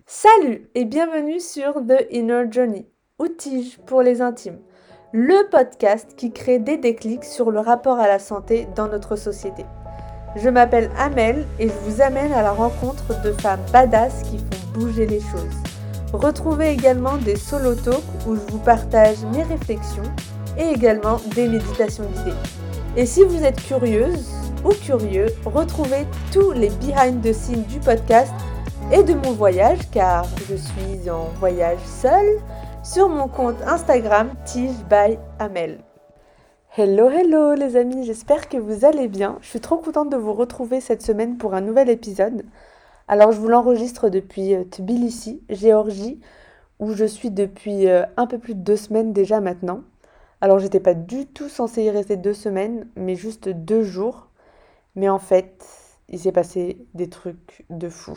Salut et bienvenue sur The Inner Journey, outils pour les intimes, le podcast qui crée des déclics sur le rapport à la santé dans notre société. Je m'appelle Amel et je vous amène à la rencontre de femmes badass qui font bouger les choses. Retrouvez également des solo talks où je vous partage mes réflexions et également des méditations guidées. Et si vous êtes curieuse ou curieux, retrouvez tous les behind the scenes du podcast et de mon voyage, car je suis en voyage seule, sur mon compte Instagram Tige by Amel. Hello les amis, j'espère que vous allez bien. Je suis trop contente de vous retrouver cette semaine pour un nouvel épisode. Alors je vous l'enregistre depuis Tbilissi, Géorgie, où je suis depuis un peu plus de 2 semaines déjà maintenant. Alors j'étais pas du tout censée y rester 2 semaines, mais juste 2 jours. Mais en fait, il s'est passé des trucs de fou.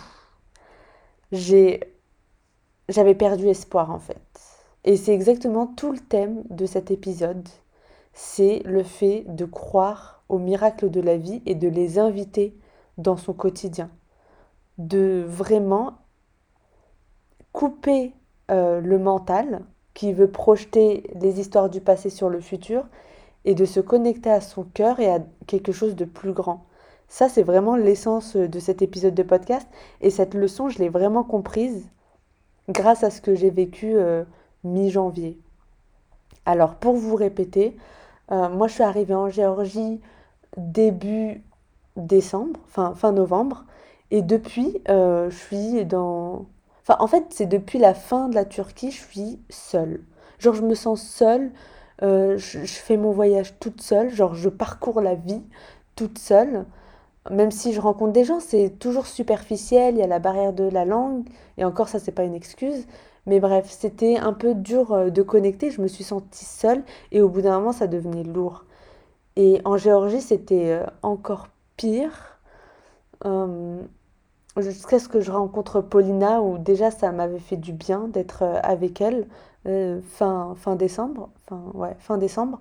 J'avais perdu espoir en fait. Et c'est exactement tout le thème de cet épisode. C'est le fait de croire aux miracles de la vie et de les inviter dans son quotidien. De vraiment couper le mental qui veut projeter les histoires du passé sur le futur et de se connecter à son cœur et à quelque chose de plus grand. Ça, c'est vraiment l'essence de cet épisode de podcast. Et cette leçon, je l'ai vraiment comprise grâce à ce que j'ai vécu mi-janvier. Alors, pour vous répéter, moi je suis arrivée en Géorgie début décembre, fin novembre, et depuis, je suis dans... Enfin, en fait, c'est depuis la fin de la Turquie, je suis seule. Genre, je me sens seule, je fais mon voyage toute seule, genre, je parcours la vie toute seule. Même si je rencontre des gens, c'est toujours superficiel, il y a la barrière de la langue, et encore ça, c'est pas une excuse. Mais bref, c'était un peu dur de connecter, je me suis sentie seule, et au bout d'un moment, ça devenait lourd. Et en Géorgie, c'était encore pire, euh, jusqu'à ce que je rencontre Paulina, où déjà ça m'avait fait du bien d'être avec elle, fin décembre, fin décembre.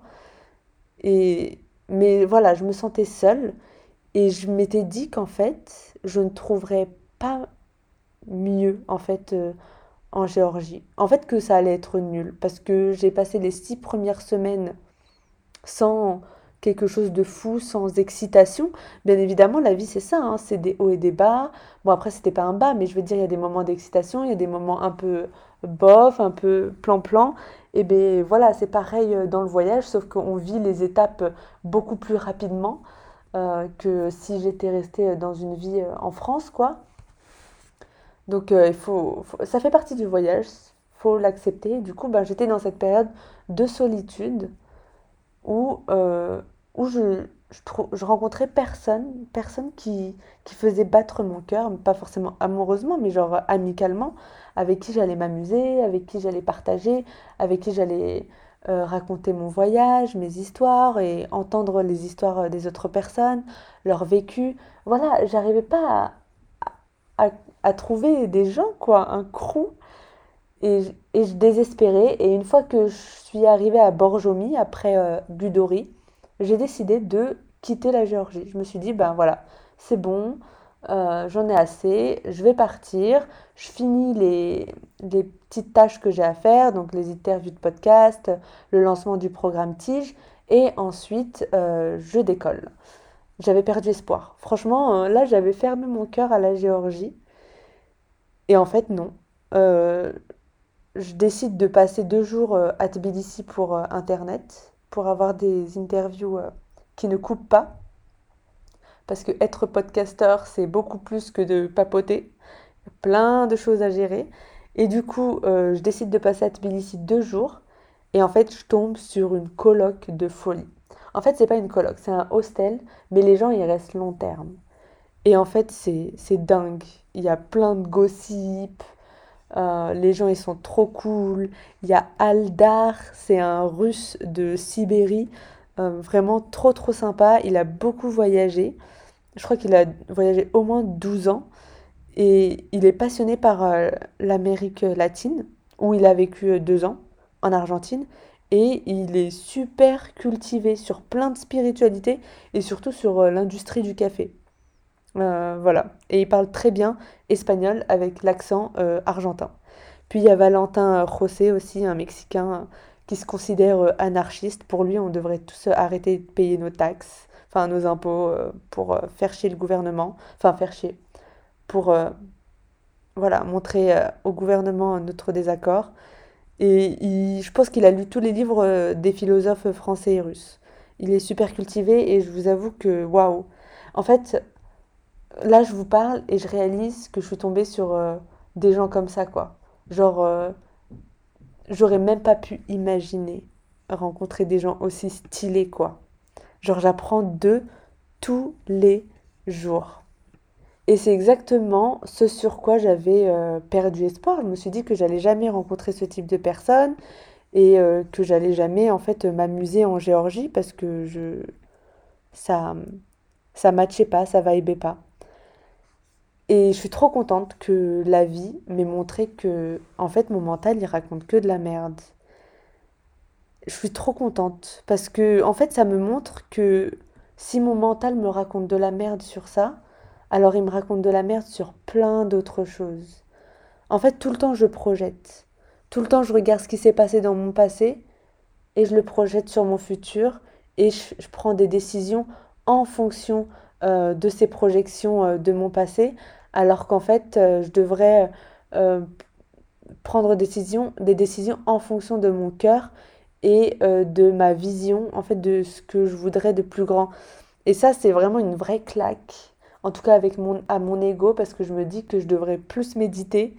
Mais voilà, je me sentais seule. Et je m'étais dit qu'en fait, je ne trouverais pas mieux en fait en Géorgie. En fait, que ça allait être nul parce que j'ai passé les 6 premières semaines sans quelque chose de fou, sans excitation. Bien évidemment, la vie c'est ça, hein, c'est des hauts et des bas. Bon après c'était pas un bas, mais je veux dire il y a des moments d'excitation, il y a des moments un peu bof, un peu plan-plan. Et bien voilà, c'est pareil dans le voyage, sauf qu'on vit les étapes beaucoup plus rapidement que si j'étais restée dans une vie en France, quoi. Donc ça fait partie du voyage, faut l'accepter. Du coup, ben, j'étais dans cette période de solitude où, où je rencontrais personne qui faisait battre mon cœur, pas forcément amoureusement, mais genre amicalement, avec qui j'allais m'amuser, avec qui j'allais partager, avec qui j'allais raconter mon voyage, mes histoires et entendre les histoires des autres personnes, leur vécu. Voilà, j'arrivais pas à, à trouver des gens, quoi, un crew. Et je désespérais. Et une fois que je suis arrivée à Borjomi, après Gudori, j'ai décidé de quitter la Géorgie. Je me suis dit, ben voilà, c'est bon, j'en ai assez, je vais partir. Je finis les petites tâches que j'ai à faire, donc les interviews de podcast, le lancement du programme Tige, et ensuite je décolle. J'avais perdu espoir. Franchement, là, j'avais fermé mon cœur à la Géorgie. Et en fait, non. Euh, je décide de passer 2 jours à Tbilissi pour Internet, pour avoir des interviews qui ne coupent pas. Parce que être podcasteur, c'est beaucoup plus que de papoter. Il y a plein de choses à gérer. Et du coup, je décide de passer à Tbilissi 2 jours. Et en fait, je tombe sur une coloc de folie. En fait, c'est pas une coloc, c'est un hostel, mais les gens, ils restent long terme. Et en fait, c'est dingue. Il y a plein de gossip. Les gens, ils sont trop cool. Il y a Aldar, c'est un russe de Sibérie. Vraiment trop sympa. Il a beaucoup voyagé. Je crois qu'il a voyagé au moins 12 ans. Et il est passionné par l'Amérique latine, où il a vécu 2 ans, en Argentine. Et il est super cultivé sur plein de spiritualité et surtout sur l'industrie du café. Voilà. Et il parle très bien espagnol avec l'accent argentin. Puis il y a Valentin José aussi, un Mexicain qui se considère anarchiste. Pour lui, on devrait tous arrêter de payer nos taxes, enfin nos impôts, pour faire chier le gouvernement. Enfin, faire chier. Pour voilà, montrer au gouvernement notre désaccord. Et je pense qu'il a lu tous les livres des philosophes français et russes. Il est super cultivé et je vous avoue que waouh. En fait, là, je vous parle et je réalise que je suis tombée sur des gens comme ça, quoi. Genre, j'aurais même pas pu imaginer rencontrer des gens aussi stylés, quoi. Genre, j'apprends d'eux tous les jours. Et c'est exactement ce sur quoi j'avais perdu espoir. Je me suis dit que j'allais jamais rencontrer ce type de personne et que j'allais jamais, en fait, m'amuser en Géorgie parce que ça, ça matchait pas, ça vibait pas. Et je suis trop contente que la vie m'ait montré que, en fait, mon mental, il raconte que de la merde. Je suis trop contente parce que, en fait, ça me montre que si mon mental me raconte de la merde sur ça, alors il me raconte de la merde sur plein d'autres choses. En fait, tout le temps, je projette. Tout le temps, je regarde ce qui s'est passé dans mon passé et je le projette sur mon futur et je prends des décisions en fonction de ces projections de mon passé, alors qu'en fait, je devrais euh, prendre des décisions en fonction de mon cœur et de ma vision, en fait, de ce que je voudrais de plus grand. Et ça, c'est vraiment une vraie claque, en tout cas avec à mon ego, parce que je me dis que je devrais plus méditer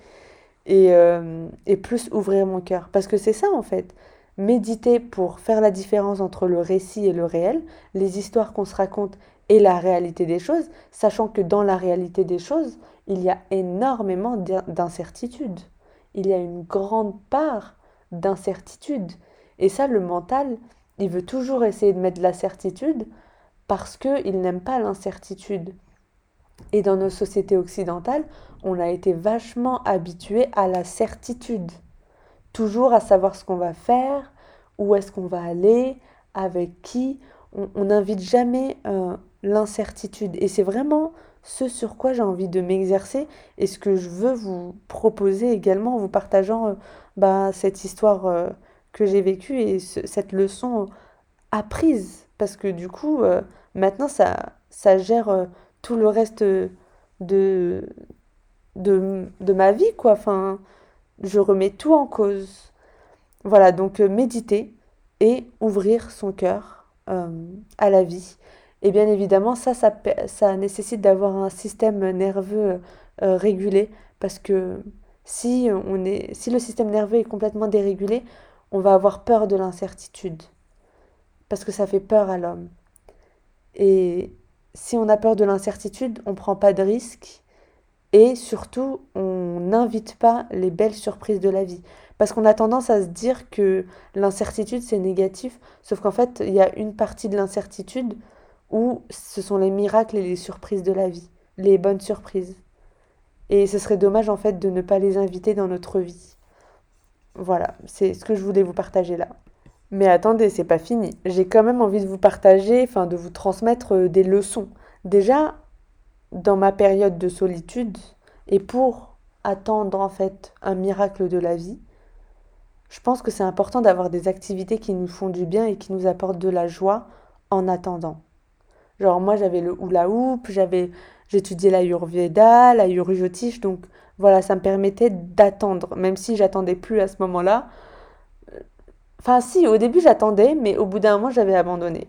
et plus ouvrir mon cœur. Parce que c'est ça en fait. Méditer pour faire la différence entre le récit et le réel, les histoires qu'on se raconte et la réalité des choses, sachant que dans la réalité des choses, il y a énormément d'incertitudes. Il y a une grande part d'incertitude. Et ça, le mental, il veut toujours essayer de mettre de la certitude parce qu'il n'aime pas l'incertitude. Et dans nos sociétés occidentales, on a été vachement habitué à la certitude. Toujours à savoir ce qu'on va faire, où est-ce qu'on va aller, avec qui. On n'invite jamais l'incertitude. Et c'est vraiment ce sur quoi j'ai envie de m'exercer et ce que je veux vous proposer également en vous partageant cette histoire que j'ai vécue et cette leçon apprise. Parce que du coup, maintenant, ça gère tout le reste de, de ma vie, quoi. Enfin, je remets tout en cause. Voilà, donc méditer et ouvrir son cœur à la vie. Et bien évidemment, ça nécessite d'avoir un système nerveux régulé parce que si le système nerveux est complètement dérégulé, on va avoir peur de l'incertitude parce que ça fait peur à l'homme. Et si on a peur de l'incertitude, on ne prend pas de risques. Et surtout, on n'invite pas les belles surprises de la vie. Parce qu'on a tendance à se dire que l'incertitude, c'est négatif. Sauf qu'en fait, il y a une partie de l'incertitude où ce sont les miracles et les surprises de la vie. Les bonnes surprises. Et ce serait dommage, en fait, de ne pas les inviter dans notre vie. Voilà, c'est ce que je voulais vous partager là. Mais attendez, c'est pas fini. J'ai quand même envie de vous partager, enfin de vous transmettre des leçons. Déjà, dans ma période de solitude et pour attendre en fait un miracle de la vie, je pense que c'est important d'avoir des activités qui nous font du bien et qui nous apportent de la joie en attendant. Genre moi j'avais le hula hoop, j'étudiais l'ayurveda, l'ayurjyotish, donc voilà, ça me permettait d'attendre, même si j'attendais plus à ce moment-là. Enfin si, au début j'attendais, mais au bout d'un moment j'avais abandonné.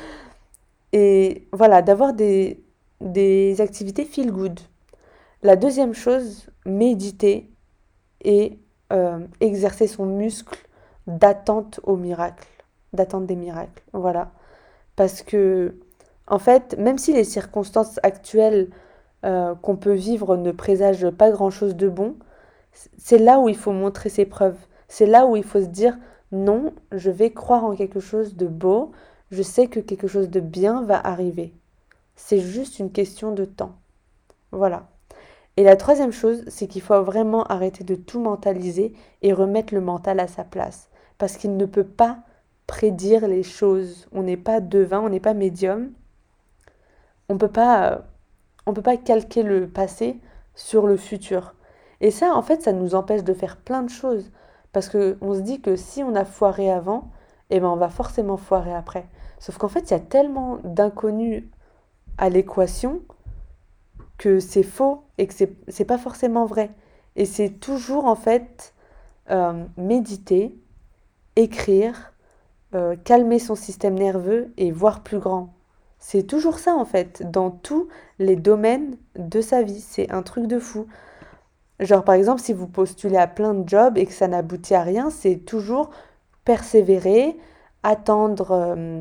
Et voilà, d'avoir des activités feel good. La deuxième chose, méditer et exercer son muscle d'attente au miracle, d'attente des miracles. Voilà. Parce que, en fait, même si les circonstances actuelles qu'on peut vivre ne présagent pas grand-chose de bon, c'est là où il faut montrer ses preuves. C'est là où il faut se dire, non, je vais croire en quelque chose de beau, je sais que quelque chose de bien va arriver. C'est juste une question de temps. Voilà. Et la troisième chose, c'est qu'il faut vraiment arrêter de tout mentaliser et remettre le mental à sa place. Parce qu'il ne peut pas prédire les choses. On n'est pas devin, on n'est pas médium. On ne peut pas on peut pas calquer le passé sur le futur. Et ça, en fait, ça nous empêche de faire plein de choses. Parce que on se dit que si on a foiré avant, eh ben on va forcément foirer après. Sauf qu'en fait, il y a tellement d'inconnus à l'équation que c'est faux et que c'est pas forcément vrai. Et c'est toujours en fait méditer, écrire, calmer son système nerveux et voir plus grand. C'est toujours ça en fait, dans tous les domaines de sa vie. C'est un truc de fou. Genre par exemple, si vous postulez à plein de jobs et que ça n'aboutit à rien, c'est toujours persévérer, attendre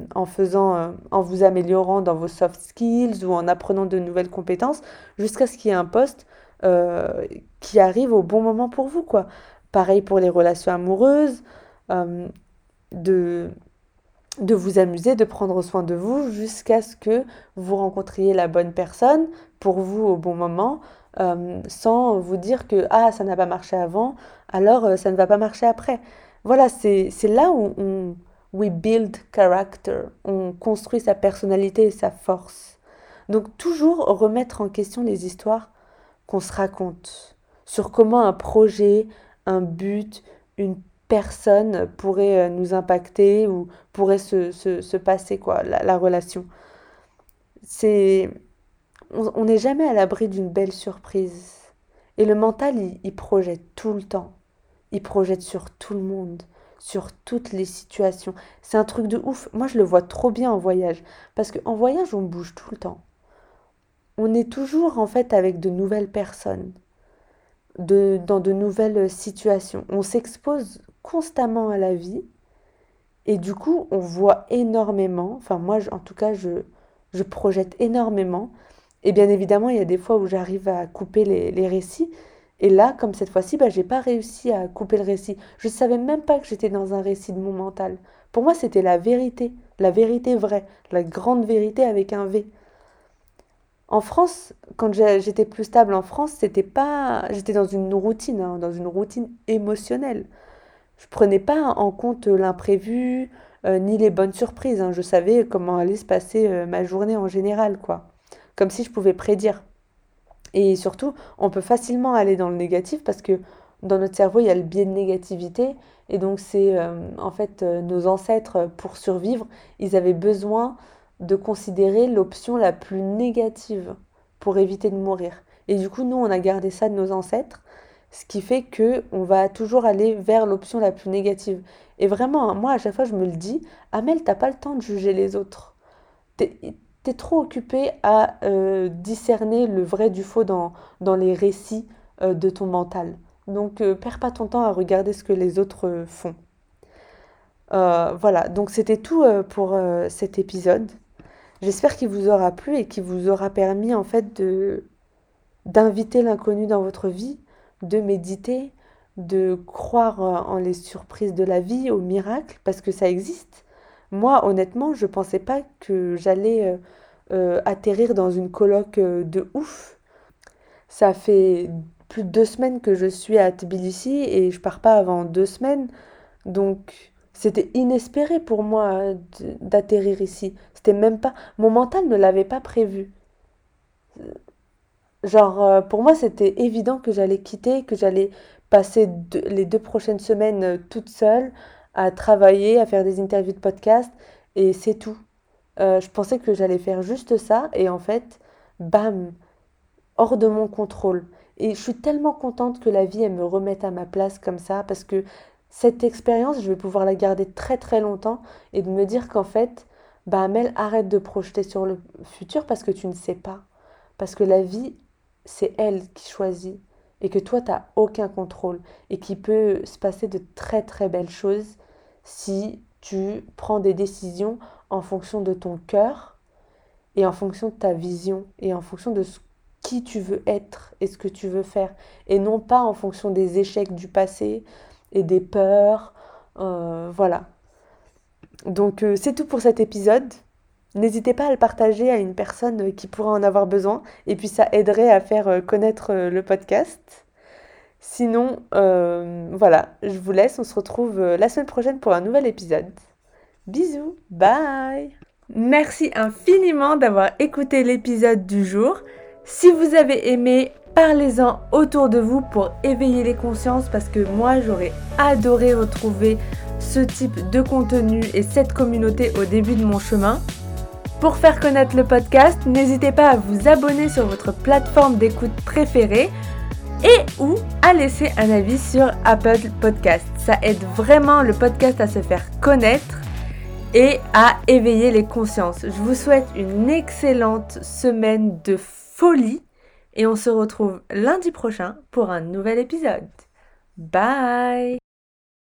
en vous améliorant dans vos soft skills ou en apprenant de nouvelles compétences jusqu'à ce qu'il y ait un poste euh, qui arrive au bon moment pour vous, quoi. Pareil pour les relations amoureuses, euh, de, de vous amuser, de prendre soin de vous jusqu'à ce que vous rencontriez la bonne personne pour vous au bon moment, sans vous dire que ah, ça n'a pas marché avant, alors ça ne va pas marcher après. Voilà, c'est là où we build character, on construit sa personnalité et sa force. Donc toujours remettre en question les histoires qu'on se raconte sur comment un projet, un but, une personne pourrait nous impacter ou pourrait se passer, quoi, la relation. C'est, on n'est jamais à l'abri d'une belle surprise. Et le mental, il projette tout le temps. Il projette sur tout le monde, sur toutes les situations. C'est un truc de ouf. Moi, je le vois trop bien en voyage. Parce qu'en voyage, on bouge tout le temps. On est toujours, en fait, avec de nouvelles personnes, dans de nouvelles situations. On s'expose constamment à la vie. Et du coup, on voit énormément. Enfin, moi, en tout cas, je projette énormément. Et bien évidemment, il y a des fois où j'arrive à couper les récits. Et là, comme cette fois-ci, bah, j'ai pas réussi à couper le récit. Je savais même pas que j'étais dans un récit de mon mental. Pour moi, c'était la vérité vraie, la grande vérité avec un V. En France, quand j'étais plus stable en France, c'était pas, j'étais dans une routine, hein, dans une routine émotionnelle. Je prenais pas en compte l'imprévu, ni les bonnes surprises, hein. Je savais comment allait se passer ma journée en général, quoi. Comme si je pouvais prédire. Et surtout, on peut facilement aller dans le négatif parce que dans notre cerveau, il y a le biais de négativité. Et donc, c'est en fait nos ancêtres, pour survivre, ils avaient besoin de considérer l'option la plus négative pour éviter de mourir. Et du coup, nous, on a gardé ça de nos ancêtres, ce qui fait que on va toujours aller vers l'option la plus négative. Et vraiment, hein, moi, à chaque fois, je me le dis, Amel, t'as pas le temps de juger les autres. T'es, t'es trop occupé à discerner le vrai du faux dans les récits de ton mental. Donc, perds pas ton temps à regarder ce que les autres font. Voilà, donc c'était tout pour cet épisode. J'espère qu'il vous aura plu et qu'il vous aura permis en fait d'inviter l'inconnu dans votre vie, de méditer, de croire en les surprises de la vie, aux miracles, parce que ça existe. Moi, honnêtement, je pensais pas que j'allais atterrir dans une coloc de ouf. Ça fait plus de 2 semaines que je suis à Tbilissi et je pars pas avant 2 semaines. Donc, c'était inespéré pour moi d'atterrir ici. C'était même pas. Mon mental ne l'avait pas prévu. Genre, pour moi, c'était évident que j'allais quitter, que j'allais passer les 2 prochaines semaines toute seule à travailler, à faire des interviews de podcast, et c'est tout. Je pensais que j'allais faire juste ça, et en fait, bam, hors de mon contrôle. Et je suis tellement contente que la vie, elle me remette à ma place comme ça, parce que cette expérience, je vais pouvoir la garder très très longtemps, et de me dire qu'en fait, bah Amel, arrête de projeter sur le futur parce que tu ne sais pas. Parce que la vie, c'est elle qui choisit, et que toi, tu n'as aucun contrôle, et qu'il peut se passer de très très belles choses si tu prends des décisions en fonction de ton cœur et en fonction de ta vision et en fonction de qui tu veux être et ce que tu veux faire et non pas en fonction des échecs du passé et des peurs. Voilà. Donc c'est tout pour cet épisode. N'hésitez pas à le partager à une personne qui pourra en avoir besoin et puis ça aiderait à faire connaître le podcast. Sinon, voilà, je vous laisse. On se retrouve la semaine prochaine pour un nouvel épisode. Bisous, bye. Merci infiniment d'avoir écouté l'épisode du jour. Si vous avez aimé, parlez-en autour de vous pour éveiller les consciences parce que moi j'aurais adoré retrouver ce type de contenu et cette communauté au début de mon chemin. Pour faire connaître le podcast, n'hésitez pas à vous abonner sur votre plateforme d'écoute préférée et ou à laisser un avis sur Apple Podcast. Ça aide vraiment le podcast à se faire connaître et à éveiller les consciences. Je vous souhaite une excellente semaine de folie et on se retrouve lundi prochain pour un nouvel épisode. Bye!